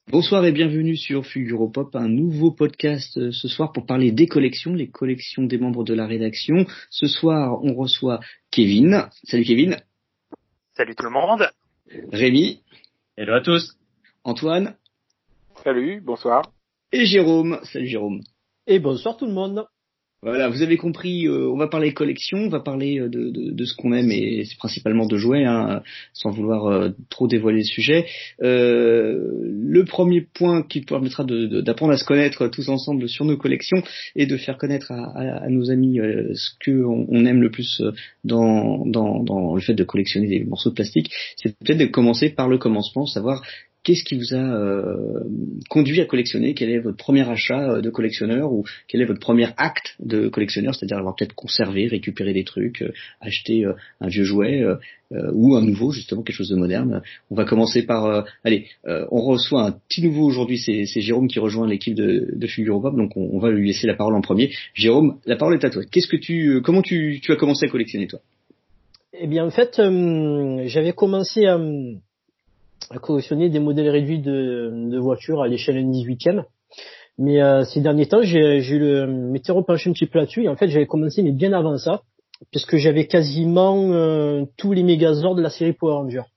Bonsoir et bienvenue sur Fuguropop, un nouveau podcast ce soir pour parler des collections, les collections des membres de la rédaction. Ce soir, on reçoit Kevin. Salut Kevin. Salut tout le monde. Rémi. Hello à tous. Antoine. Salut, bonsoir. Et Jérôme. Salut Jérôme. Et bonsoir tout le monde. Voilà, vous avez compris, on va parler collection, on va parler de ce qu'on aime et c'est principalement de jouets, sans vouloir trop dévoiler le sujet. Le premier point qui permettra d'apprendre à se connaître tous ensemble sur nos collections et de faire connaître à nos amis ce que on aime le plus dans le fait de collectionner des morceaux de plastique, c'est peut-être de commencer par le commencement, savoir qu'est-ce qui vous a conduit à collectionner? Quel est votre premier achat de collectionneur ou quel est votre premier acte de collectionneur, c'est-à-dire avoir peut-être conservé, récupéré des trucs, acheté un vieux jouet ou un nouveau, justement quelque chose de moderne. On va commencer par on reçoit un petit nouveau aujourd'hui, c'est Jérôme qui rejoint l'équipe de Fuguropop, donc on va lui laisser la parole en premier. Jérôme, la parole est à toi. Comment tu as commencé à collectionner, toi? Eh bien en fait, j'avais commencé à collectionner des modèles réduits de voitures à l'échelle 1/18e. Mais ces derniers temps, m'étais repenché un petit peu là-dessus. Et en fait, j'avais commencé, mais bien avant ça, puisque j'avais quasiment tous les Megazords de la série Power Rangers.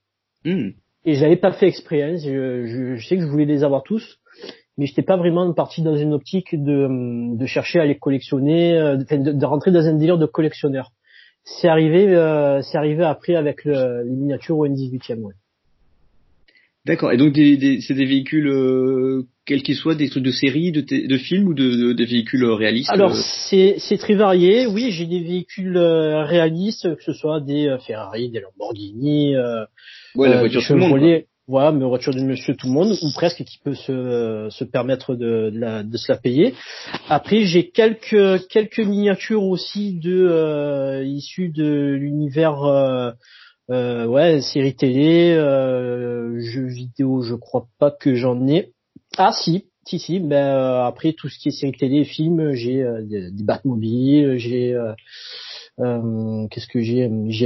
Et je l'avais pas fait exprès. Hein. Je sais que je voulais les avoir tous, mais j'étais pas vraiment parti dans une optique de chercher à les collectionner, de rentrer dans un délire de collectionneur. C'est arrivé après avec les miniatures au 1/18e. Ouais. D'accord. Et donc c'est des véhicules quels qu'ils soient, des trucs de série, de films ou des véhicules réalistes? Alors c'est très varié. Oui, j'ai des véhicules réalistes, que ce soit des Ferrari, des Lamborghini, la voiture des tout le monde. Chevrolet. Voilà, mais voiture de Monsieur Tout le Monde ou presque, qui peut se permettre de se la payer. Après, j'ai quelques miniatures aussi issues de l'univers. Série télé, jeux vidéo, je crois pas que j'en ai. Ah si. Après tout ce qui est série télé et films, j'ai des Batmobile, j'ai qu'est-ce que j'ai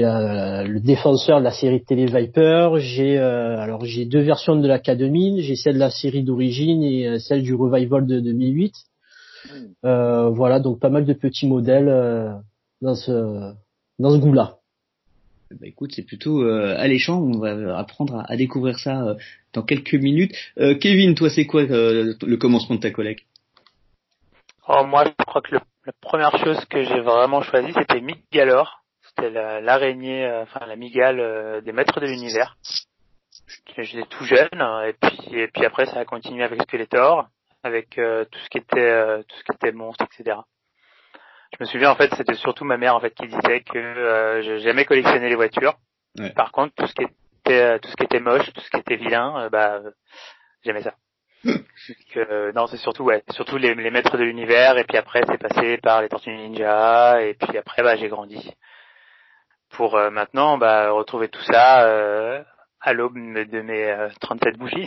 le défenseur de la série télé Viper, j'ai deux versions de l'Academy, j'ai celle de la série d'origine et celle du revival de 2008. Voilà, donc pas mal de petits modèles dans ce goût-là. Bah écoute, c'est plutôt alléchant, on va apprendre à découvrir ça dans quelques minutes. Kevin, toi c'est quoi le commencement de ta collecte? Moi je crois que la première chose que j'ai vraiment choisie c'était Mygalore. C'était l'araignée, la migale des Maîtres de l'Univers. J'étais tout jeune et puis après ça a continué avec Skeletor, avec tout ce qui était monstre, etc. Je me souviens en fait c'était surtout ma mère en fait qui disait que j'aimais collectionner les voitures. Ouais. Par contre tout ce qui était moche, tout ce qui était vilain, j'aimais ça. Non, c'est surtout les Maîtres de l'Univers, et puis après c'est passé par les Tortues Ninja, et puis après j'ai grandi pour maintenant retrouver tout ça à l'aube de mes 37 bougies.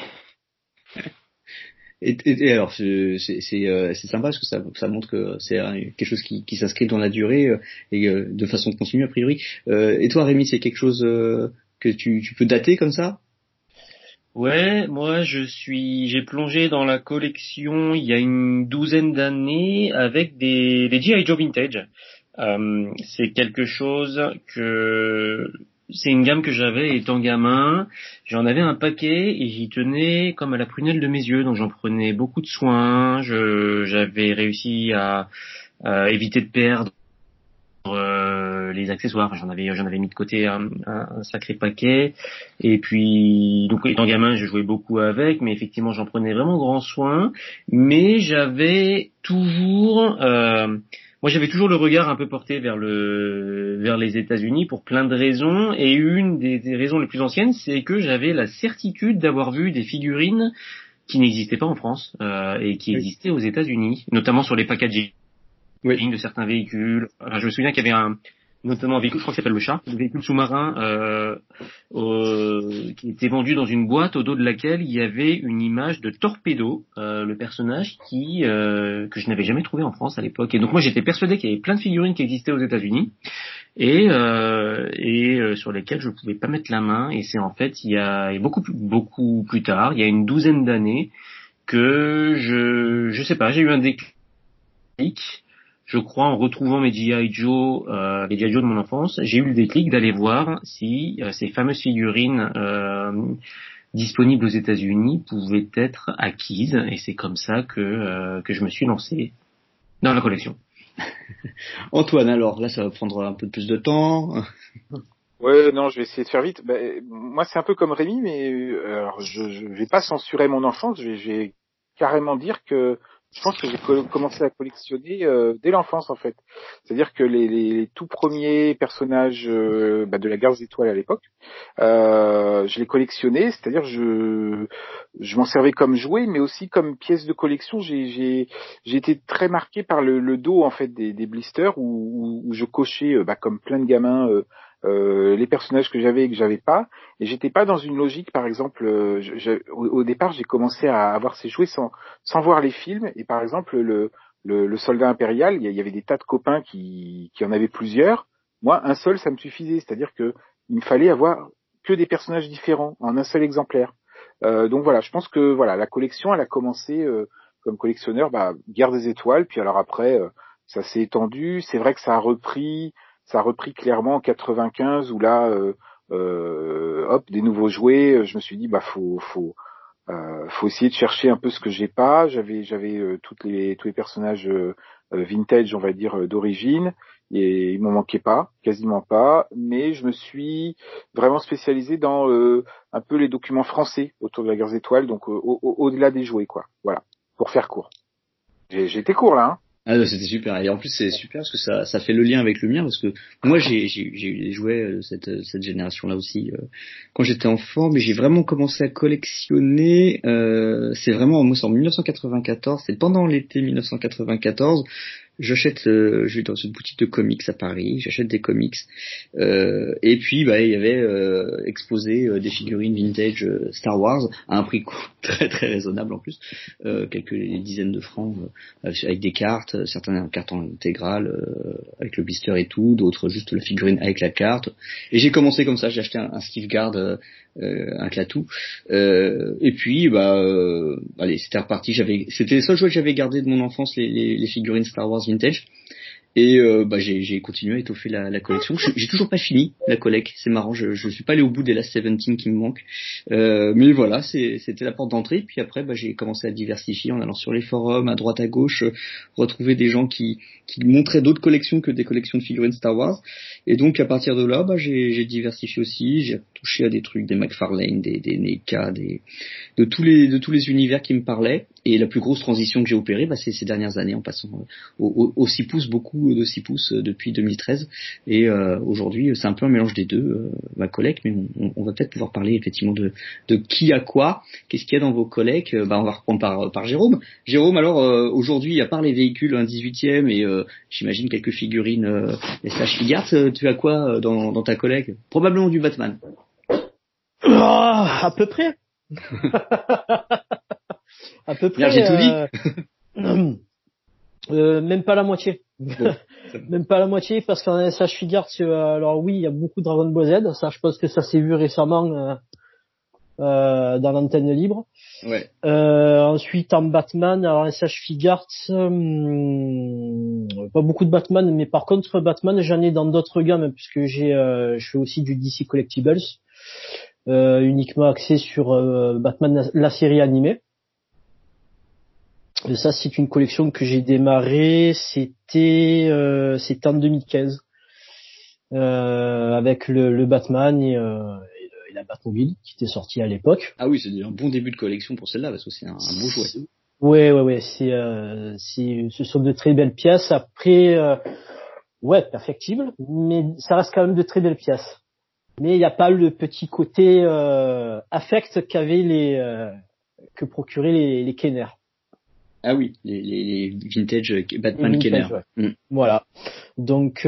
Et alors c'est sympa parce que ça montre que c'est quelque chose qui s'inscrit dans la durée et de façon continue a priori. Et toi Rémi, c'est quelque chose que tu peux dater comme ça? Ouais, moi j'ai plongé dans la collection il y a une douzaine d'années avec des G.I. Joe vintage. C'est quelque chose c'est une gamme que j'avais étant gamin. J'en avais un paquet et j'y tenais comme à la prunelle de mes yeux, donc j'en prenais beaucoup de soin. J'avais réussi à éviter de perdre les accessoires. J'en avais mis de côté un sacré paquet. Et puis donc étant gamin, je jouais beaucoup avec, mais effectivement j'en prenais vraiment grand soin. Mais j'avais toujours moi, j'avais toujours le regard un peu porté vers les États-Unis pour plein de raisons, et une des raisons les plus anciennes, c'est que j'avais la certitude d'avoir vu des figurines qui n'existaient pas en France et qui existaient aux États-Unis, notamment sur les packaging de certains véhicules. Je me souviens qu'il y avait notamment un véhicule, je crois que ça s'appelle le Chat, un véhicule sous-marin qui était vendu dans une boîte au dos de laquelle il y avait une image de Torpedo, le personnage que je n'avais jamais trouvé en France à l'époque. Et donc moi j'étais persuadé qu'il y avait plein de figurines qui existaient aux États-Unis. et sur lesquels je pouvais pas mettre la main. Et c'est en fait il y a beaucoup plus tard, il y a une douzaine d'années, que je sais pas, j'ai eu un déclic. Je crois en retrouvant mes G.I. Joe, les G.I. Joe de mon enfance, j'ai eu le déclic d'aller voir si ces fameuses figurines disponibles aux États-Unis pouvaient être acquises, et c'est comme ça que je me suis lancé dans la collection. Antoine, alors là, ça va prendre un peu plus de temps. Ouais, non, je vais essayer de faire vite. Moi, c'est un peu comme Rémi, mais alors je vais pas censurer mon enfance. Je vais carrément dire que je pense que j'ai commencé à collectionner dès l'enfance, en fait. C'est-à-dire que les tout premiers personnages de la Guerre des Étoiles à l'époque, je les collectionnais. C'est-à-dire je m'en servais comme jouet, mais aussi comme pièce de collection. J'ai été très marqué par le dos, en fait, des blisters où je cochais comme plein de gamins les personnages que j'avais et que j'avais pas, et j'étais pas dans une logique. Par exemple, au départ j'ai commencé à avoir ces jouets sans voir les films, et par exemple le soldat impérial, il y avait des tas de copains qui en avaient plusieurs. Moi, un seul, ça me suffisait, c'est-à-dire que il me fallait avoir que des personnages différents en un seul exemplaire. Donc voilà, je pense que voilà, la collection elle a commencé comme collectionneur, Guerre des Étoiles, puis alors après ça s'est étendu. C'est vrai que ça a repris clairement en 95, où là, des nouveaux jouets. Je me suis dit, faut essayer de chercher un peu ce que j'ai pas. J'avais tous les personnages vintage, on va dire, d'origine, et il m'en manquait pas, quasiment pas. Mais je me suis vraiment spécialisé dans un peu les documents français autour de la Guerre des Étoiles, donc au-delà des jouets, quoi. Voilà, pour faire court. J'ai été court là, hein. Ah, c'était super. Et en plus, c'est super parce que ça fait le lien avec le mien, parce que moi, j'ai eu des jouets de cette génération-là aussi quand j'étais enfant, mais j'ai vraiment commencé à collectionner. C'est vraiment, moi, c'est en 1994. C'est pendant l'été 1994. Je vais dans une boutique de comics à Paris, j'achète des comics, et puis il y avait exposé des figurines vintage Star Wars à un prix très très raisonnable en plus, quelques dizaines de francs, avec des cartes, certaines cartes en intégrale avec le blister et tout, d'autres juste la figurine avec la carte. Et j'ai commencé comme ça, j'ai acheté un Steve Guard, un Klaatu, et puis allez, c'était reparti. C'était les seuls jouets que j'avais gardé de mon enfance, les figurines Star Wars vintage. Et j'ai continué à étoffer la collection. J'ai toujours pas fini la collecte, c'est marrant, je suis pas allé au bout des Last 17 qui me manquent. Mais voilà, c'était la porte d'entrée. Puis après, j'ai commencé à diversifier en allant sur les forums, à droite à gauche, retrouver des gens qui montraient d'autres collections que des collections de figurines Star Wars. Et donc à partir de là, j'ai diversifié aussi, j'ai touché à des trucs, des McFarlane, des NECA, de tous les univers qui me parlaient. Et la plus grosse transition que j'ai opérée, c'est ces dernières années, en passant au 6 pouces, beaucoup de 6 pouces depuis 2013. Et aujourd'hui, c'est un peu un mélange des deux, ma collecte, mais on va peut-être pouvoir parler effectivement de qui a quoi, qu'est-ce qu'il y a dans vos collectes. On va reprendre par Jérôme. Jérôme, alors aujourd'hui, à part les véhicules, un 18e et j'imagine quelques figurines SH Figart, tu as quoi dans ta collecte? Probablement du Batman. À peu près. À peu près. J'ai tout dit. Même pas la moitié. Bon. Même pas la moitié, parce qu'en SH Figart, alors oui, il y a beaucoup de Dragon Ball Z. Ça, je pense que ça s'est vu récemment dans l'antenne libre. Ouais. Ensuite, en Batman, alors SH Figart, pas beaucoup de Batman, mais par contre, Batman, j'en ai dans d'autres gammes, puisque je fais aussi du DC Collectibles, uniquement axé sur Batman, la série animée. Et ça, c'est une collection que j'ai démarrée, c'était en 2015, avec le Batman et la Batmobile qui était sortie à l'époque. Ah oui, c'est un bon début de collection pour celle-là, parce que c'est un beau jouet. Ouais, ce sont de très belles pièces. Après, perfectible, mais ça reste quand même de très belles pièces. Mais il n'y a pas le petit côté affect que procuraient les Kenner. Ah oui, les vintage Batman Kenner. Ouais. Voilà. Donc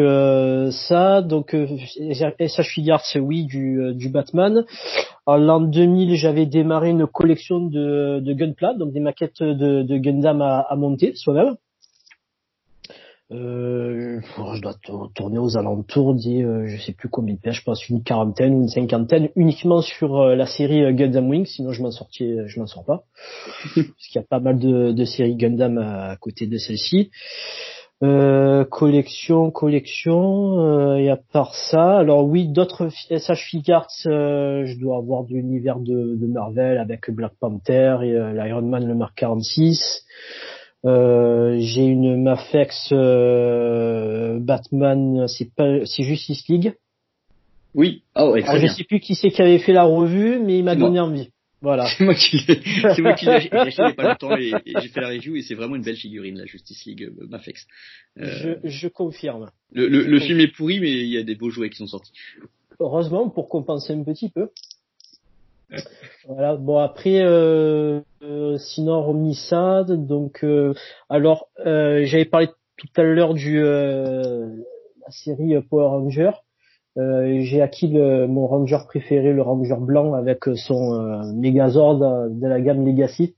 SH Figart, oui, du Batman. En l'an 2000, j'avais démarré une collection de Gunpla, donc des maquettes de Gundam à monter soi-même. Je dois tourner aux alentours des, je sais plus combien de pages, je pense une quarantaine ou une cinquantaine, uniquement sur la série Gundam Wing, sinon je m'en sors pas. Parce qu'il y a pas mal de séries Gundam à côté de celle-ci. Collection, et à part ça, alors oui, d'autres SH Figuarts, je dois avoir de l'univers de Marvel avec Black Panther et l'Iron Man le Mark 46. J'ai une Mafex Batman, c'est Justice League. Oui. Ah ouais, très bien. Je sais plus qui c'est qui avait fait la revue, mais il m'a donné envie. Voilà. C'est moi qui l'ai acheté il y a pas longtemps et j'ai fait la review et c'est vraiment une belle figurine, la Justice League Mafex. Je confirme. Le film est pourri, mais il y a des beaux jouets qui sont sortis. Heureusement, pour compenser un petit peu. Voilà. Bon, après, sinon, hormis ça, donc, alors, j'avais parlé tout à l'heure la série Power Ranger. J'ai acquis mon Ranger préféré, le Ranger blanc avec son Megazord de la gamme Legacy.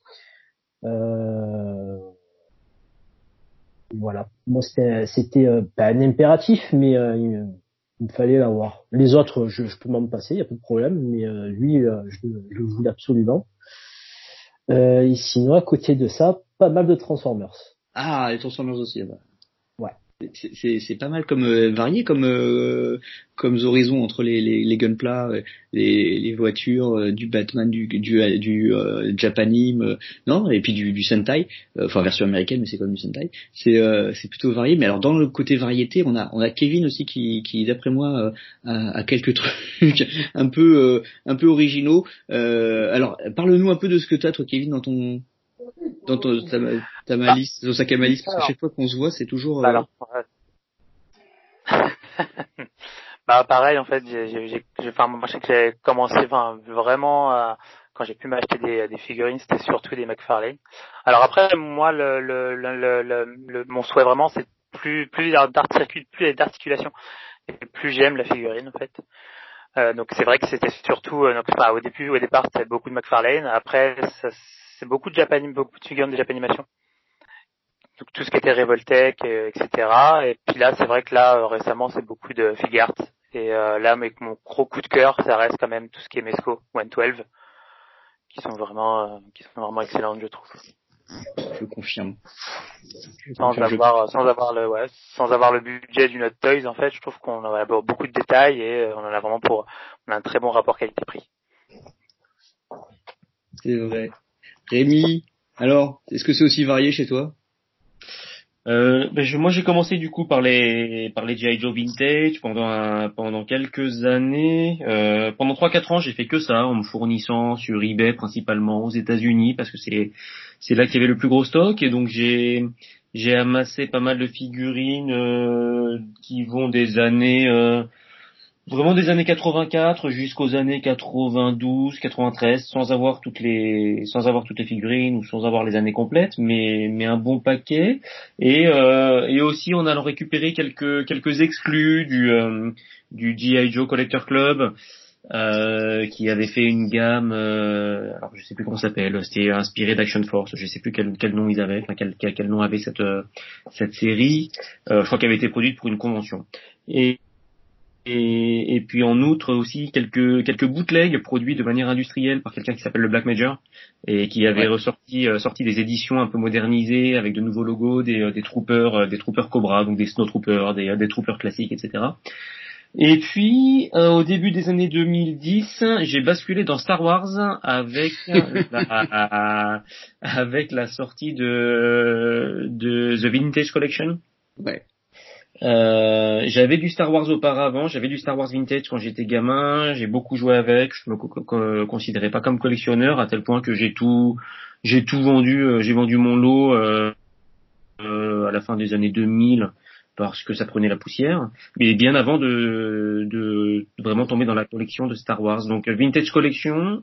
Voilà. Moi, c'était pas un impératif, mais il me fallait l'avoir. Les autres, je peux m'en passer, il y a pas de problème, mais lui, je le voulais absolument. Et sinon, à côté de ça, pas mal de Transformers. Ah, les Transformers aussi, là-bas. Ouais. C'est pas mal comme varié comme horizons entre les Gunpla, les voitures, du Batman, du Japanime, non, et puis du Sentai, enfin version américaine, mais c'est comme du Sentai. C'est plutôt varié. Mais alors dans le côté variété, on a Kevin aussi qui d'après moi a quelques trucs un peu originaux. Alors parle-nous un peu de ce que t'as toi Kevin dans ta malice, dans sac à malice, parce que chaque fois qu'on se voit, c'est toujours. Bah pareil en fait, moi je sais que j'ai commencé, vraiment quand j'ai pu m'acheter des figurines, c'était surtout des McFarlane. Alors après moi mon souhait vraiment c'est plus d'articulation et plus j'aime la figurine en fait. Donc c'est vrai que c'était surtout au départ c'était beaucoup de McFarlane, après c'est beaucoup de figurines de Japanimation. Donc tout ce qui était Revoltech, etc. Et puis là, c'est vrai que là, récemment, c'est beaucoup de Figuarts. Et là, mais mon gros coup de cœur, ça reste quand même tout ce qui est Mesco, 112, qui sont vraiment excellentes, je trouve. Je confirme. Sans avoir le budget du Hot Toys, en fait, je trouve qu'on a beaucoup de détails et on a un très bon rapport qualité-prix. C'est vrai. Rémi, alors, est-ce que c'est aussi varié chez toi? Moi j'ai commencé du coup par les G.I. Joe Vintage pendant quelques années. Pendant 3-4 ans j'ai fait que ça en me fournissant sur eBay principalement aux États-Unis parce que c'est là qu'il y avait le plus gros stock et donc j'ai amassé pas mal de figurines qui vont des années vraiment des années 84 jusqu'aux années 92, 93, sans avoir toutes les figurines ou sans avoir les années complètes, mais un bon paquet. Et aussi en allant récupérer quelques exclus du G.I. Joe Collector Club, qui avait fait une gamme, alors je sais plus comment ça s'appelle, c'était inspiré d'Action Force, je sais plus quel nom ils avaient, enfin quel nom avait cette série, je crois qu'elle avait été produite pour une convention. Et puis en outre aussi quelques bootlegs produits de manière industrielle par quelqu'un qui s'appelle le Black Major et qui avait sorti des éditions un peu modernisées avec de nouveaux logos, des troopers Cobra, donc des Snowtroopers, des troopers classiques, etc. Et puis au début des années 2010, j'ai basculé dans Star Wars avec la sortie de The Vintage Collection. Ouais. J'avais du Star Wars auparavant, j'avais du Star Wars Vintage quand j'étais gamin, j'ai beaucoup joué avec, je me considérais pas comme collectionneur à tel point que j'ai tout vendu, j'ai vendu mon lot à la fin des années 2000 parce que ça prenait la poussière, mais bien avant de vraiment tomber dans la collection de Star Wars. Donc Vintage collection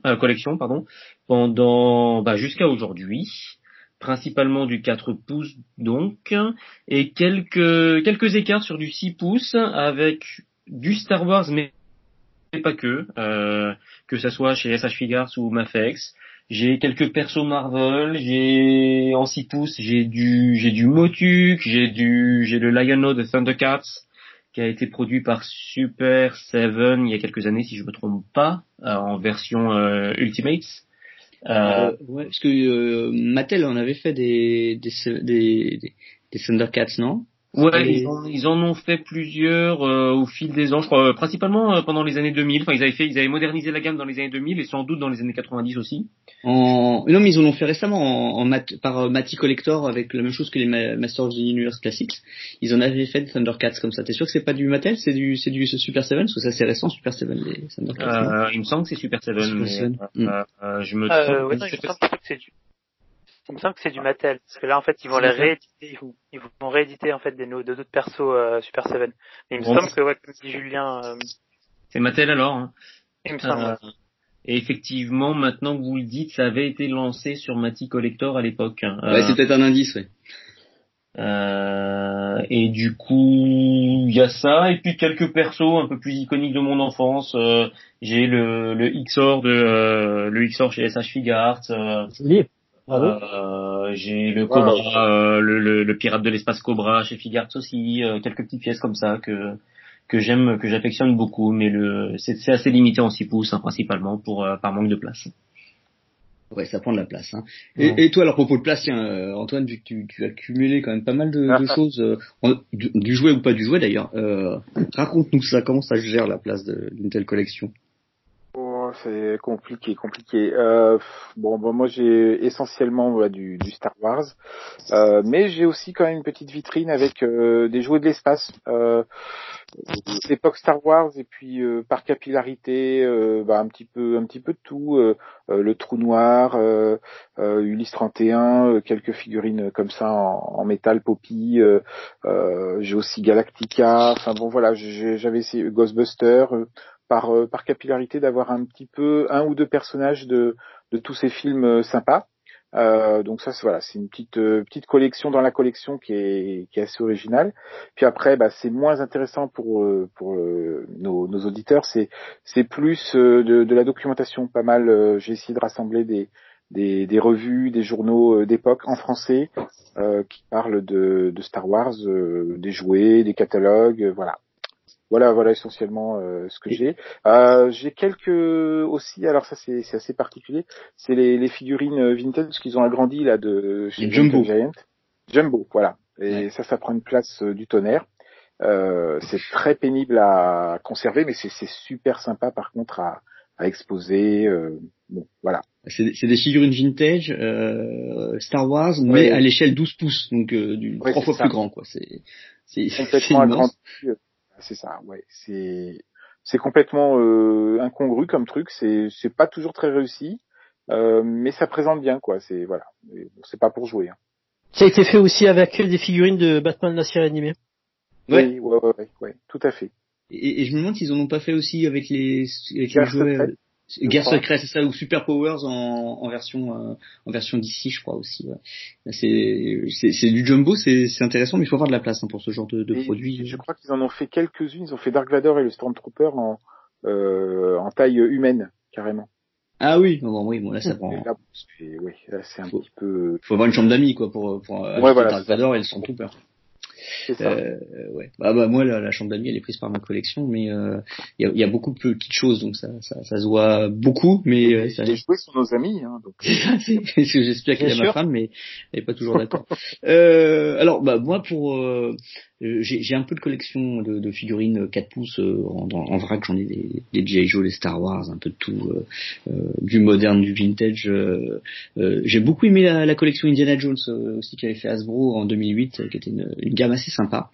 pendant jusqu'à aujourd'hui. Principalement du 4 pouces donc, et quelques écarts sur du 6 pouces avec du Star Wars mais pas que ça soit chez SH Figuarts ou Mafex. J'ai quelques persos Marvel, j'ai en 6 pouces, j'ai du Motuk, j'ai le Lion-O de Thundercats qui a été produit par Super Seven il y a quelques années si je me trompe pas, en version Ultimates. Ouais, parce que Mattel en avait fait des Thundercats, non? Ouais, ils en ont fait plusieurs au fil des ans, je crois, principalement pendant les années 2000. Enfin, ils avaient modernisé la gamme dans les années 2000 et sans doute dans les années 90 aussi. Non, mais ils en ont fait récemment par Matty Collector avec la même chose que les Masters of the Universe Classics. Ils en avaient fait des Thundercats comme ça. T'es sûr que c'est pas du Mattel, c'est du Super Seven, parce que ça c'est récent, Super Seven, les Thundercats. Il me semble que c'est Super Seven, Super mais Seven. je me trompe. Ouais, non, il me semble que c'est du Mattel, parce que là en fait ils vont les rééditer, ils vont rééditer en fait d'autres persos Super Seven. Mais il me semble que ouais, comme dit Julien, c'est Mattel alors. Hein. Il me semble. Et effectivement, maintenant que vous le dites, ça avait été lancé sur Matty Collector à l'époque. Ouais, c'est peut-être un indice, ouais. Et du coup, il y a ça, et puis quelques persos un peu plus iconiques de mon enfance. J'ai le XOR chez SH Figuarts. J'ai le Cobra, le pirate de l'espace Cobra chez Figuarts aussi. Quelques petites pièces comme ça que j'aime, que j'affectionne beaucoup, mais c'est assez limité en 6 pouces, hein, principalement par manque de place. Ouais, ça prend de la place. Hein. Et toi, alors, à propos de place, tiens, Antoine, vu que tu as cumulé quand même pas mal de choses, du jouet ou pas du jouet d'ailleurs, raconte-nous ça, comment ça gère la place d'une telle collection? C'est compliqué. Bon, moi j'ai essentiellement du Star Wars, mais j'ai aussi quand même une petite vitrine avec des jouets de l'espace, époque Star Wars, et puis par capillarité, un petit peu de tout, le trou noir, Ulysse 31, quelques figurines comme ça en métal Poppy, j'ai aussi Galactica, enfin bon voilà, j'avais essayé Ghostbusters, par capillarité d'avoir un ou deux personnages de tous ces films sympas. Donc ça c'est une petite collection dans la collection qui est assez originale. Puis après c'est moins intéressant pour nos auditeurs, c'est plus de la documentation, pas mal. J'ai essayé de rassembler des revues, des journaux d'époque en français qui parlent de Star Wars, des jouets, des catalogues, voilà. Voilà essentiellement ce que j'ai. J'ai quelques aussi, alors ça c'est assez particulier, c'est les figurines vintage qu'ils ont agrandi là de chez Jumbo. Giant. Jumbo, voilà. Et ça prend une place du tonnerre. C'est très pénible à conserver, mais c'est super sympa par contre à exposer. Bon, voilà. C'est des figurines vintage Star Wars, mais à l'échelle 12 pouces, donc 3 fois plus grand, quoi. C'est complètement agrandi. C'est ça, ouais. C'est complètement incongru comme truc. C'est pas toujours très réussi, mais ça présente bien, quoi. Voilà. C'est pas pour jouer. Hein. Ça a été fait aussi avec des figurines de Batman la série animée. Ouais, tout à fait. Et je me demande s'ils en ont pas fait aussi avec les jouets. Guerre secrète, c'est ça, ou Super Powers en version d'ici, je crois aussi. Ouais. C'est du jumbo, c'est intéressant, mais il faut avoir de la place pour ce genre de produit. Je crois qu'ils en ont fait quelques-unes. Ils ont fait Dark Vador et le Stormtrooper en taille humaine, carrément. Ah oui, bon là ça prend. Là, c'est un petit peu. Faut avoir une chambre d'amis quoi pour Dark Vador et le Stormtrooper. C'est ça. Ouais. Moi la chambre d'amis elle est prise par ma collection, mais il y a beaucoup de petites choses, donc ça se voit beaucoup, mais les jouets sont nos amis, hein, donc. C'est ce que j'explique à ma femme, mais elle est pas toujours d'accord. Alors moi j'ai un peu de collection de figurines 4 pouces en vrac, j'en ai des G.I. Joe, des Star Wars, un peu de tout, du moderne, du vintage. J'ai beaucoup aimé la collection Indiana Jones aussi qu'avait fait Hasbro en 2008, qui était une gamme assez sympa.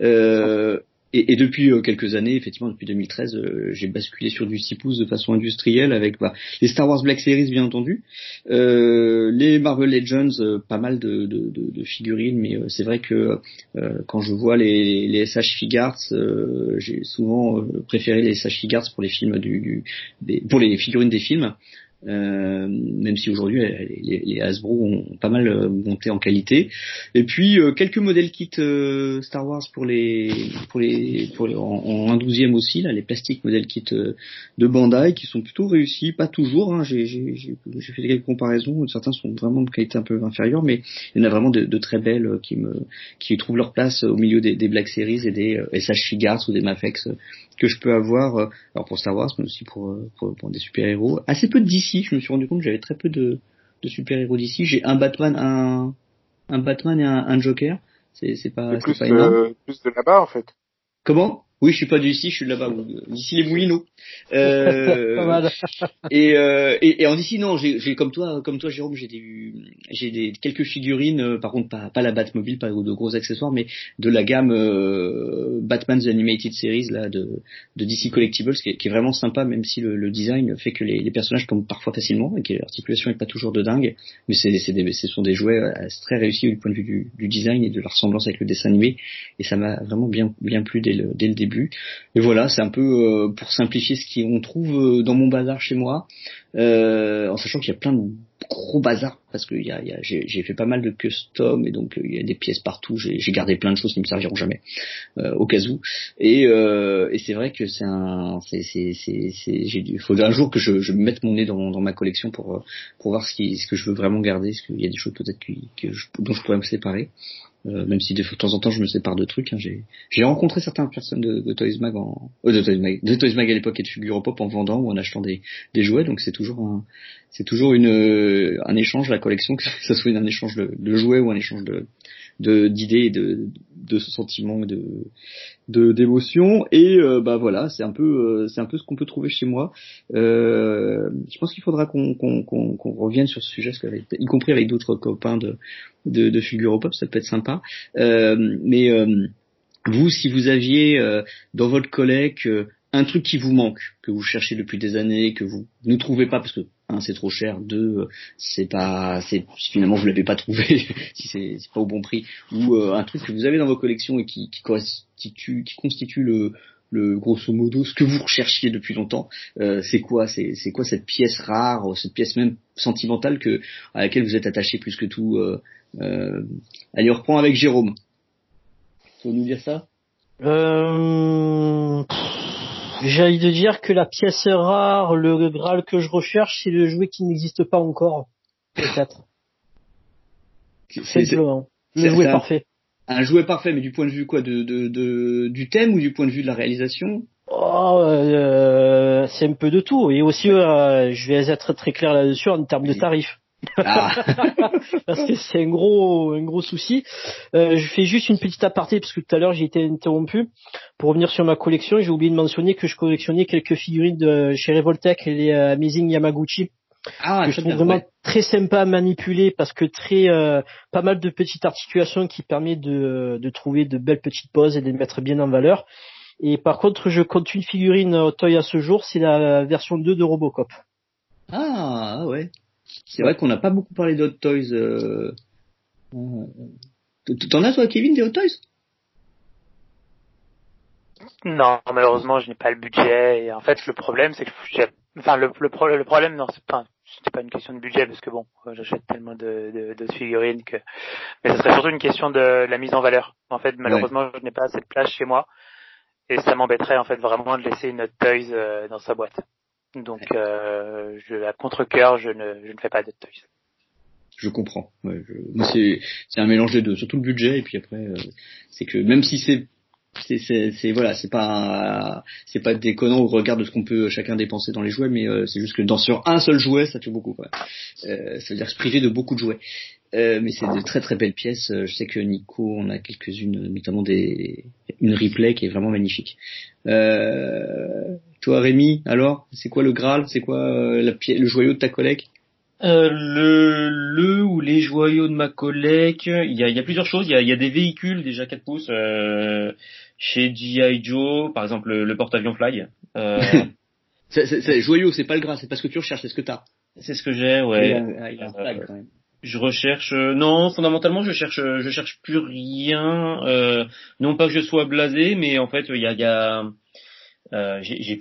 Et depuis quelques années, effectivement depuis 2013, j'ai basculé sur du 6 pouces de façon industrielle avec les Star Wars Black Series bien entendu, les Marvel Legends, pas mal de figurines, mais c'est vrai que quand je vois les SH Figuarts, j'ai souvent préféré les SH Figuarts pour les films pour les figurines des films. même si aujourd'hui les Hasbro ont pas mal monté en qualité. Et puis quelques modèles kits Star Wars pour les en 1/12e aussi là, les plastiques modèles kits de Bandai qui sont plutôt réussis, pas toujours hein, j'ai fait quelques comparaisons, certains sont vraiment de qualité un peu inférieure, mais il y en a vraiment de très belles qui trouvent leur place au milieu des Black Series et des SH Figures ou des Mafex que je peux avoir alors pour Star Wars mais aussi pour des super-héros. Assez peu de DC, je me suis rendu compte que j'avais très peu de super-héros DC. J'ai un Batman, un Batman et un Joker. C'est pas énorme. Plus de là-bas en fait. Comment? Oui, je suis pas d'ici, je suis de là-bas. D'ici les Moulineaux. Pas mal. Et en d'ici non, j'ai comme toi Jérôme, j'ai des quelques figurines, par contre pas la Batmobile, pas de gros accessoires, mais de la gamme Batman The Animated Series là de DC Collectibles, qui est vraiment sympa, même si le design fait que les personnages tombent parfois facilement et que l'articulation est pas toujours de dingue, mais ce sont des jouets très réussis du point de vue du design et de la ressemblance avec le dessin animé, et ça m'a vraiment bien plu dès le début. Et voilà, c'est un peu pour simplifier ce qu'on trouve dans mon bazar chez moi, en sachant qu'il y a plein de gros bazar parce que j'ai fait pas mal de custom et donc il y a des pièces partout. J'ai gardé plein de choses qui me serviront jamais au cas où. Et c'est vrai que il faudra un jour que je me mette mon nez dans ma collection pour voir ce que je veux vraiment garder, parce qu'il y a des choses peut-être dont je pourrais me séparer. Même si de temps en temps je me sépare de trucs, hein. J'ai rencontré certaines personnes de Toys Mag de Toys Mag à l'époque et de Figure Pop en vendant ou en achetant des jouets, donc c'est toujours un échange, la collection, que ça soit un échange de jouets ou un échange d'idées et de sentiments, d'émotions, et voilà, c'est un peu ce qu'on peut trouver chez moi. Je pense qu'il faudra qu'on revienne sur ce sujet, y compris avec d'autres copains de Figure Pop, ça peut être sympa. Mais vous, si vous aviez dans votre collègue un truc qui vous manque, que vous cherchez depuis des années, que vous ne trouvez pas parce que c'est trop cher, finalement vous l'avez pas trouvé si c'est pas au bon prix, ou un truc que vous avez dans vos collections et qui constitue le grosso modo ce que vous recherchiez depuis longtemps, c'est quoi cette pièce rare, cette pièce même sentimentale à laquelle vous êtes attaché plus que tout. Allez, on reprend avec Jérôme. Tu veux nous dire ça? J'ai envie de dire que la pièce rare, le Graal que je recherche, c'est le jouet qui n'existe pas encore. Peut-être. Simplement. Le jouet parfait. Un jouet parfait, mais du point de vue quoi, du thème ou du point de vue de la réalisation? C'est un peu de tout. Et aussi, je vais être très clair là-dessus en termes de tarifs. Parce que c'est un gros souci. Je fais juste une petite aparté parce que tout à l'heure j'ai été interrompu. Pour revenir sur ma collection, j'ai oublié de mentionner que je collectionnais quelques figurines de chez Revoltech, les Amazing Yamaguchi, que je trouve vraiment très sympa à manipuler parce que pas mal de petites articulations qui permettent de trouver de belles petites poses et de les mettre bien en valeur. Et par contre, je compte une figurine toy à ce jour, c'est la version 2 de Robocop. Ah ouais. C'est vrai qu'on n'a pas beaucoup parlé d'Hot Toys. T'en as toi, Kevin, des Hot Toys? Non, malheureusement, je n'ai pas le budget. Et en fait, le problème, c'est que le problème, non, c'était pas une question de budget parce que bon, j'achète tellement de figurines que. Mais ce serait surtout une question de la mise en valeur. En fait, malheureusement, je n'ai pas assez de place chez moi et ça m'embêterait en fait vraiment de laisser une Hot Toys dans sa boîte. Donc, à contre-cœur, je ne fais pas de toys. Je comprends. Ouais, moi, c'est un mélange des deux, surtout le budget, et puis après, c'est que même si c'est pas déconnant au regard de ce qu'on peut chacun dépenser dans les jouets, mais c'est juste que sur un seul jouet, ça fait beaucoup, quoi. Ça veut dire se priver de beaucoup de jouets. Mais c'est de très très belles pièces. Je sais que Nico, on a quelques-unes, notamment une replay qui est vraiment magnifique. Toi, Rémi, alors, c'est quoi le Graal? C'est quoi le joyau de ta collègue? Ou les joyaux de ma collègue, il y a plusieurs choses. Il y a des véhicules déjà 4 pouces chez G.I. Joe, par exemple le porte-avions Fly. C'est joyau, c'est pas le Graal, c'est pas ce que tu recherches, c'est ce que t'as. C'est ce que j'ai, ouais. Il a un flag, quand même. Je recherche non, fondamentalement je cherche plus rien, non pas que je sois blasé, mais en fait il y a J'ai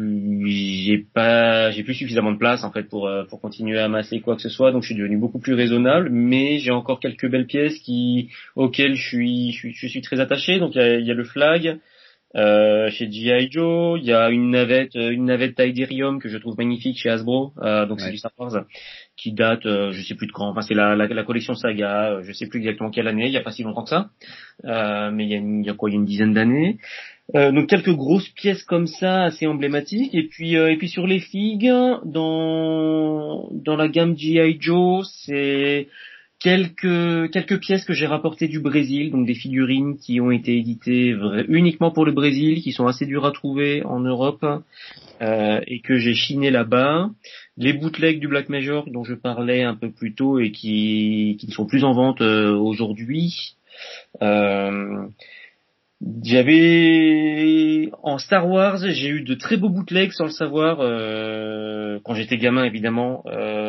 plus suffisamment de place en fait pour continuer à amasser quoi que ce soit, donc je suis devenu beaucoup plus raisonnable, mais j'ai encore quelques belles pièces auxquelles je suis très attaché. Donc il y a le flag chez G.I. Joe, il y a une navette Tydirium que je trouve magnifique chez Hasbro, donc c'est du Star Wars qui date je sais plus de quand, enfin c'est la collection Saga, je sais plus exactement quelle année, il y a pas si longtemps que ça, mais il y a une dizaine d'années. Donc quelques grosses pièces comme ça assez emblématiques, et puis sur les figues dans la gamme G.I. Joe, c'est quelques pièces que j'ai rapportées du Brésil, donc des figurines qui ont été éditées uniquement pour le Brésil, qui sont assez dures à trouver en Europe, et que j'ai chiné là-bas. Les bootlegs du Black Major dont je parlais un peu plus tôt et qui ne sont plus en vente aujourd'hui. En Star Wars, j'ai eu de très beaux bootlegs sans le savoir quand j'étais gamin évidemment,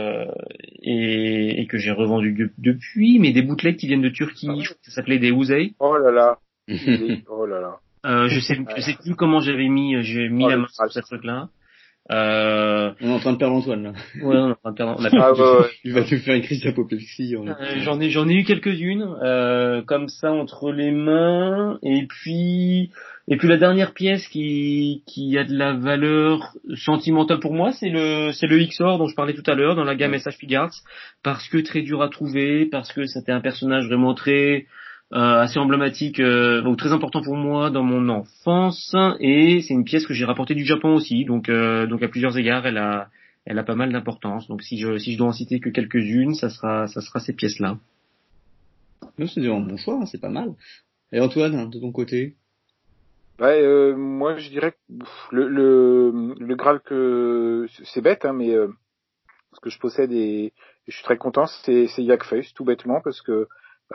et que j'ai revendu depuis, mais des bootlegs qui viennent de Turquie, je crois que ça s'appelait des Uzey. Oh là là. Oh là là. Je sais plus comment j'ai mis la main sur ce truc-là. On est en train de perdre Antoine là. Ouais, on est en train de perdre. Il va te faire une crise d'apoplexie. J'en ai eu quelques-unes comme ça entre les mains, et puis la dernière pièce qui a de la valeur sentimentale pour moi, c'est le XOR dont je parlais tout à l'heure dans la gamme SH Figuarts, parce que très dur à trouver, parce que c'était un personnage vraiment assez emblématique, ou très important pour moi dans mon enfance, et c'est une pièce que j'ai rapportée du Japon aussi, donc à plusieurs égards elle a pas mal d'importance. Donc si je dois en citer que quelques-unes, ça sera ces pièces-là. Non, c'est un bon choix, hein, c'est pas mal. Et Antoine, de ton côté? Ouais, moi je dirais que le Graal, que c'est bête, hein, mais ce que je possède et je suis très content, c'est Yakface, tout bêtement, parce que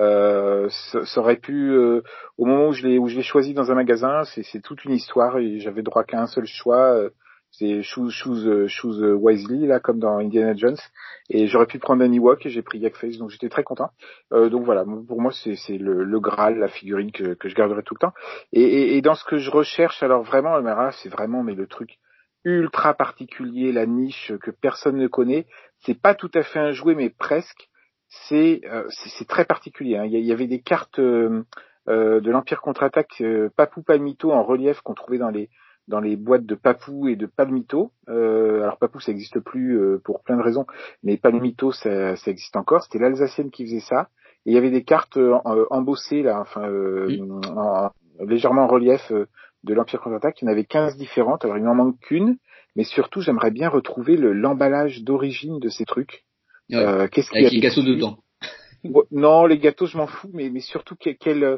ça aurait pu, au moment où je l'ai choisi dans un magasin, c'est toute une histoire, et j'avais droit qu'à un seul choix, c'est choose wisely, là, comme dans Indiana Jones, et j'aurais pu prendre un Ewok et j'ai pris Yakface, donc j'étais très content. Donc voilà, pour moi c'est le Graal, la figurine que je garderai tout le temps. Et dans ce que je recherche, alors vraiment, c'est vraiment mais le truc ultra particulier, la niche que personne ne connaît. C'est pas tout à fait un jouet, mais presque. C'est très particulier, hein. Il y avait des cartes de l'Empire contre-attaque, Papou Palmito en relief qu'on trouvait dans les boîtes de Papou et de Palmito. Alors Papou ça existe plus pour plein de raisons, mais Palmito ça existe encore. C'était l'Alsacienne qui faisait ça. Et il y avait des cartes embossées là, enfin légèrement en relief de l'Empire contre-attaque. Il y en avait 15 différentes. Alors il m'en manque qu'une, mais surtout j'aimerais bien retrouver l'emballage d'origine de ces trucs. Ouais. Qu'est-ce qu'il y a avec les gâteaux dedans? Non, les gâteaux je m'en fous, mais surtout quel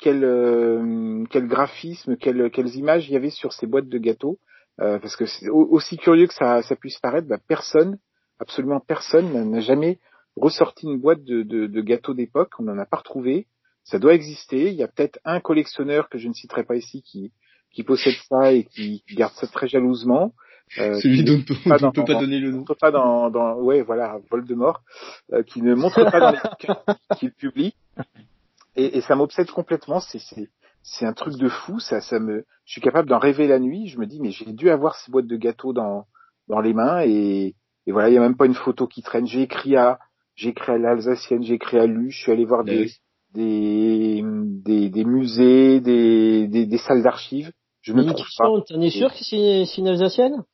graphisme, quelles images il y avait sur ces boîtes de gâteaux, parce que aussi curieux que ça puisse paraître, absolument personne n'a jamais ressorti une boîte de gâteaux d'époque. On n'en a pas retrouvé. Ça doit exister. Il y a peut-être un collectionneur que je ne citerai pas ici qui possède ça et qui garde ça très jalousement. Celui dont on ne peut pas donner le nom. Pas voilà, Voldemort, qui ne montre pas dans les bouquins qu'il publie. Et ça m'obsède complètement. C'est un truc de fou. Je suis capable d'en rêver la nuit. Je me dis, mais j'ai dû avoir ces boîtes de gâteaux dans les mains, et voilà, il y a même pas une photo qui traîne. J'ai écrit à l'Alsacienne, j'ai écrit à Lu, je suis allé voir des musées, des salles d'archives. Je ne trouve pas. T'en es sûr que c'est une Alsacienne?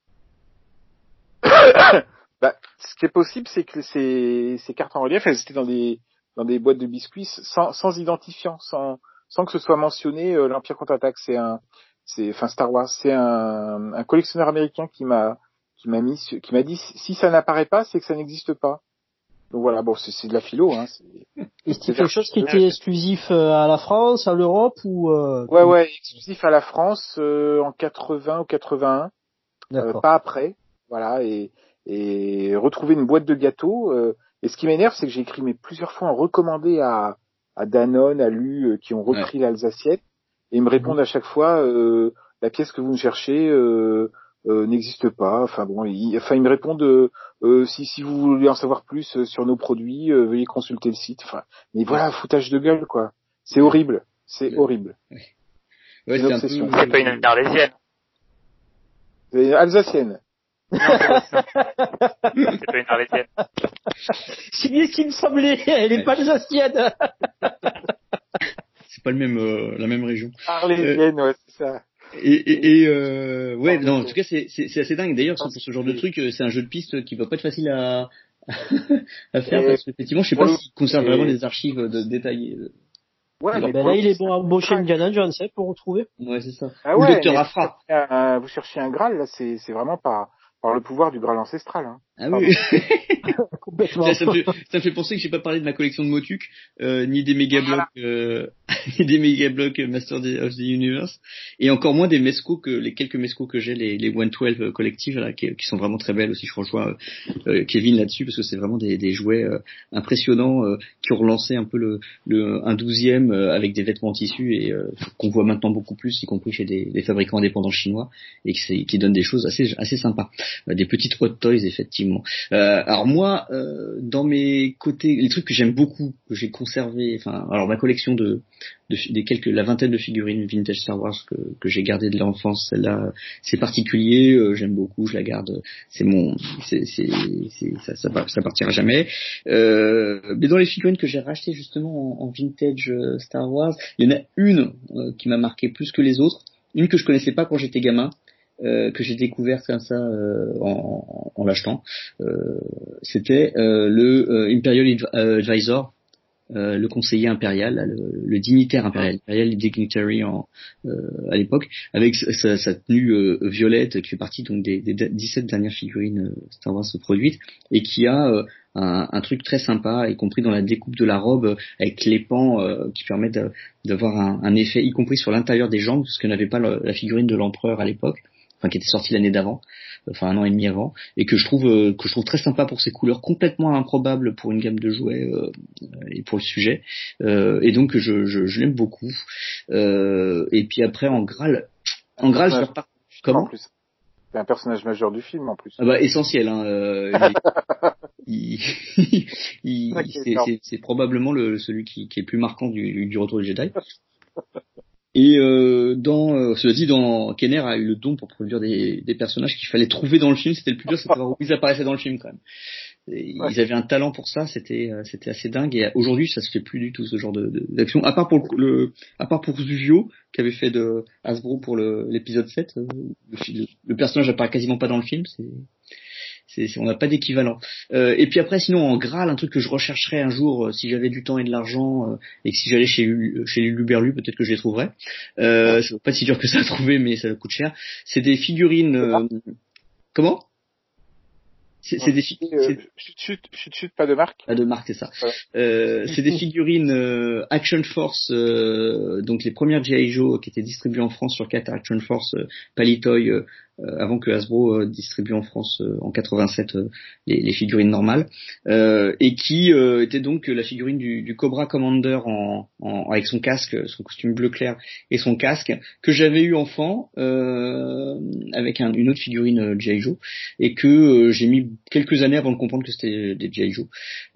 Ce qui est possible, c'est que ces cartes en relief, elles étaient dans des boîtes de biscuits sans identifiant, sans que ce soit mentionné l'Empire contre-attaque. Star Wars, c'est un collectionneur américain qui m'a dit si ça n'apparaît pas, c'est que ça n'existe pas. Donc voilà, bon, c'est de la philo, hein. Et c'était quelque chose qui était exclusif à la France, à l'Europe ou Ouais, exclusif à la France en 80 ou 81. Pas après. Voilà, et retrouver une boîte de gâteaux. Et ce qui m'énerve, c'est que j'ai écrit plusieurs fois en recommandé à Danone, à Lu, qui ont repris l'Alsacienne, et ils me répondent à chaque fois la pièce que vous me cherchez n'existe pas. Enfin bon, ils me répondent si vous voulez en savoir plus sur nos produits, veuillez consulter le site. Enfin, mais voilà, foutage de gueule, quoi. C'est horrible, c'est horrible. Ouais, c'est une obsession. C'est pas une arlésienne. C'est alsacienne. Non, c'est pas une arlésienne. C'est bien ce qui me semblait, elle est pas alsacienne. C'est pas le même, la même région. Arlésienne, ouais, c'est ça. Ouais, non, en tout cas, c'est assez dingue. D'ailleurs, pour ce genre de truc, c'est un jeu de piste qui va pas être facile à faire parce qu'effectivement, je sais pas s'il conserve vraiment des archives détaillées. Ouais, mais là, il est bon à embaucher Indiana Jones, pour retrouver. Ouais, c'est ça. Ah Ou ouais, Docteur Afra. vous cherchez un Graal, là, c'est vraiment par le pouvoir du Graal ancestral, hein. Ah oui. Complètement. Ça me fait penser que j'ai pas parlé de ma collection de Motuk, ni des méga blocs, ni des méga blocs Master of the Universe, et encore moins des Mesco les quelques Mesco que j'ai, les 112 collectives là, qui sont vraiment très belles aussi. Je rejoins Kevin là-dessus parce que c'est vraiment des jouets impressionnants qui ont relancé un peu un 12e avec des vêtements en tissu et qu'on voit maintenant beaucoup plus, y compris chez des fabricants indépendants chinois et qui donnent des choses assez sympas, des petites hot toys effectivement. Alors moi, dans mes côtés, les trucs que j'aime beaucoup, que j'ai conservé, alors ma collection la vingtaine de figurines vintage Star Wars que j'ai gardées de l'enfance, celle-là, c'est particulier, j'aime beaucoup, je la garde, ça partira jamais. Mais dans les figurines que j'ai rachetées justement en vintage Star Wars, il y en a une qui m'a marqué plus que les autres, une que je connaissais pas quand j'étais gamin. Que j'ai découvert comme ça en l'achetant, c'était le Imperial Advisor, le conseiller impérial, le dignitaire impérial, Imperial Dignitary à l'époque, avec sa tenue violette qui fait partie donc des 17 dernières figurines Star Wars produites et qui a un truc très sympa, y compris dans la découpe de la robe avec les pans qui permettent d'avoir un effet, y compris sur l'intérieur des jambes, ce que n'avait pas la figurine de l'empereur à l'époque. Qui était sorti l'année d'avant, un an et demi avant, et que je trouve très sympa pour ses couleurs complètement improbables pour une gamme de jouets et pour le sujet, et donc je l'aime beaucoup. Et puis après en Graal je repars. Comment? En plus, c'est un personnage majeur du film en plus. Ah bah essentiel, hein. C'est probablement celui qui est le plus marquant du Retour du Jedi. Et cela dit, Kenner a eu le don pour produire des personnages qu'il fallait trouver dans le film. C'était le plus dur, c'était de savoir où ils apparaissaient dans le film quand même. Ils avaient un talent pour ça, c'était assez dingue. Et aujourd'hui, ça se fait plus du tout ce genre d'action. À part pour Zuvio, qui avait fait de Hasbro pour l'épisode 7, le personnage apparaît quasiment pas dans le film. On n'a pas d'équivalent. Et puis après, sinon en Graal, un truc que je rechercherais un jour si j'avais du temps et de l'argent et que si j'allais chez Luberlu, peut-être que je les trouverais. C'est pas si dur que ça à trouver, mais ça coûte cher. C'est des figurines. Comment? C'est des chut, pas de marque. Pas de marque, c'est ça. C'est des figurines Action Force, donc les premières G.I. Joe qui étaient distribuées en France sur 4 Action Force Palitoy, avant que Hasbro distribue en France en 87 les figurines normales, et qui était donc la figurine du Cobra Commander avec son casque, son costume bleu clair et son casque, que j'avais eu enfant avec une autre figurine G.I. Joe, et que j'ai mis quelques années avant de comprendre que c'était des G.I. Joe.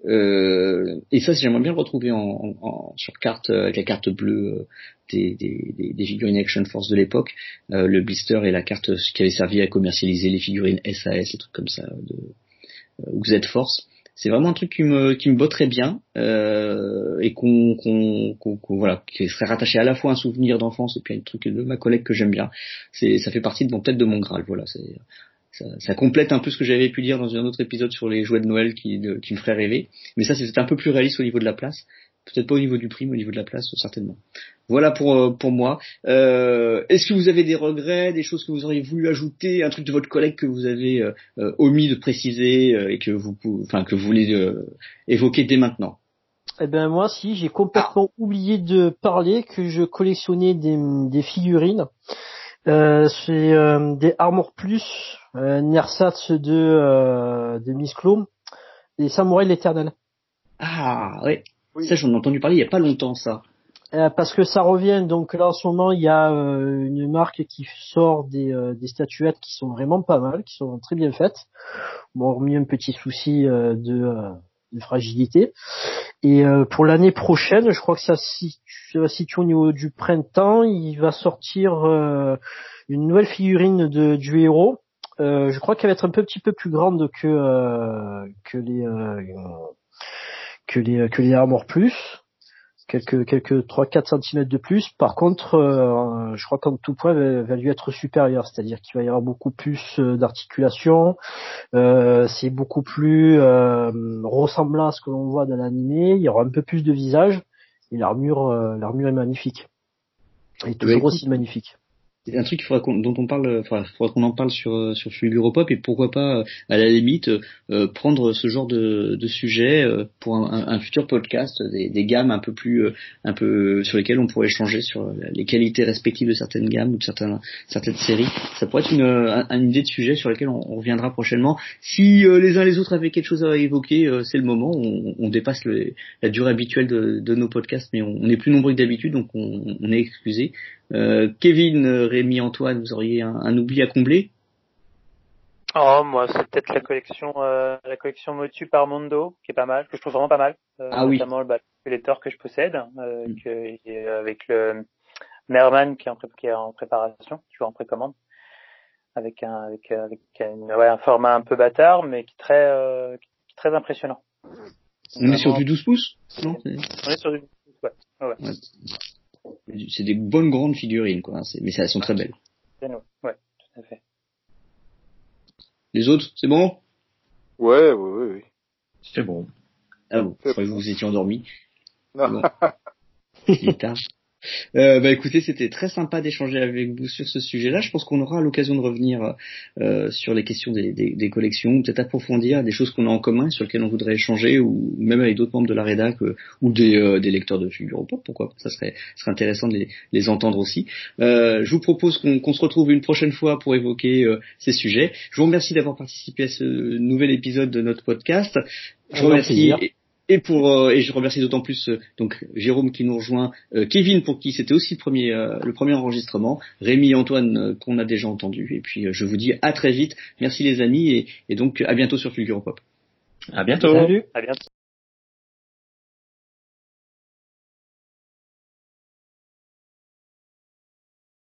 Et ça, j'aimerais bien le retrouver sur carte, avec la carte bleue des figurines Action Force de l'époque, le blister et la carte qui avait servi à commercialiser les figurines SAS, les trucs comme ça, ou Z-Force. C'est vraiment un truc qui me botterait bien, et voilà, qui serait rattaché à la fois à un souvenir d'enfance et puis à un truc de ma collègue que j'aime bien. Ça fait partie peut-être de mon Graal, voilà. Ça complète un peu ce que j'avais pu dire dans un autre épisode sur les jouets de Noël qui me ferait rêver. Mais ça, c'est un peu plus réaliste au niveau de la place. Peut-être pas au niveau du prix, mais au niveau de la place, certainement. Voilà pour moi. Est-ce que vous avez des regrets, des choses que vous auriez voulu ajouter, un truc de votre collègue que vous avez omis de préciser et que vous voulez évoquer dès maintenant? Eh ben moi, si, j'ai complètement oublié de parler que je collectionnais des figurines. C'est des Armor Plus, Nersatz de Miss Clone, des Samouraïs de l'Éternel. Ah ouais. Oui. Ça, j'en ai entendu parler il y a pas longtemps, ça. Parce que ça revient, donc là en ce moment il y a une marque qui sort des statuettes qui sont vraiment pas mal, qui sont très bien faites. Bon, hormis un petit souci de fragilité. Et pour l'année prochaine, je crois que ça va situer au niveau du printemps, il va sortir une nouvelle figurine du héros Je crois qu'elle va être un petit peu plus grande que les Armor Plus. Quelques 3-4 centimètres de plus. Par contre, je crois qu'en tout point va lui être supérieur, c'est-à-dire qu'il va y avoir beaucoup plus d'articulation, c'est beaucoup plus ressemblant à ce que l'on voit dans l'animé, il y aura un peu plus de visage, et l'armure est magnifique. Elle est toujours aussi magnifique. C'est un truc dont on parle, faudra qu'on en parle sur Fulguropop, et pourquoi pas, à la limite, prendre ce genre de sujet pour un futur podcast, des gammes un peu sur lesquelles on pourrait échanger sur les qualités respectives de certaines gammes ou de certaines séries. Ça pourrait être une idée de sujet sur lequel on reviendra prochainement. Si les uns les autres avaient quelque chose à évoquer, c'est le moment. On dépasse la durée habituelle de nos podcasts, mais on est plus nombreux que d'habitude, donc on est excusé. Kevin, Rémi, Antoine, vous auriez un oubli à combler? Oh, moi, c'est peut-être la collection Motu par Mondo, qui est pas mal, que je trouve vraiment pas mal. Notamment le calculator que je possède, avec le Merman qui est en préparation, toujours en précommande, avec un format un peu bâtard, mais qui est très impressionnant. On est sur du 12 pouces? Non, on est sur du 12 pouces, ouais. C'est des bonnes grandes figurines, quoi. Mais elles sont très belles. C'est nous, ouais, tout à fait. Les autres, c'est bon? Ouais. C'est bon. Ah bon, je croyais que vous étiez endormis. Non. Bon. Il est tard. Écoutez, c'était très sympa d'échanger avec vous sur ce sujet-là. Je pense qu'on aura l'occasion de revenir sur les questions des collections, peut-être approfondir des choses qu'on a en commun sur lesquelles on voudrait échanger, ou même avec d'autres membres de la rédac ou des lecteurs de Fulguropop. Pourquoi pas, ça serait intéressant de les entendre aussi. Je vous propose qu'on se retrouve une prochaine fois pour évoquer ces sujets. Je vous remercie d'avoir participé à ce nouvel épisode de notre podcast. Je vous remercie. Et je remercie d'autant plus donc Jérôme qui nous rejoint, Kevin pour qui c'était aussi le premier enregistrement, Rémi et Antoine qu'on a déjà entendu. Et puis je vous dis à très vite. Merci les amis et donc à bientôt sur Fulguropop. À bientôt. Salut. À bientôt.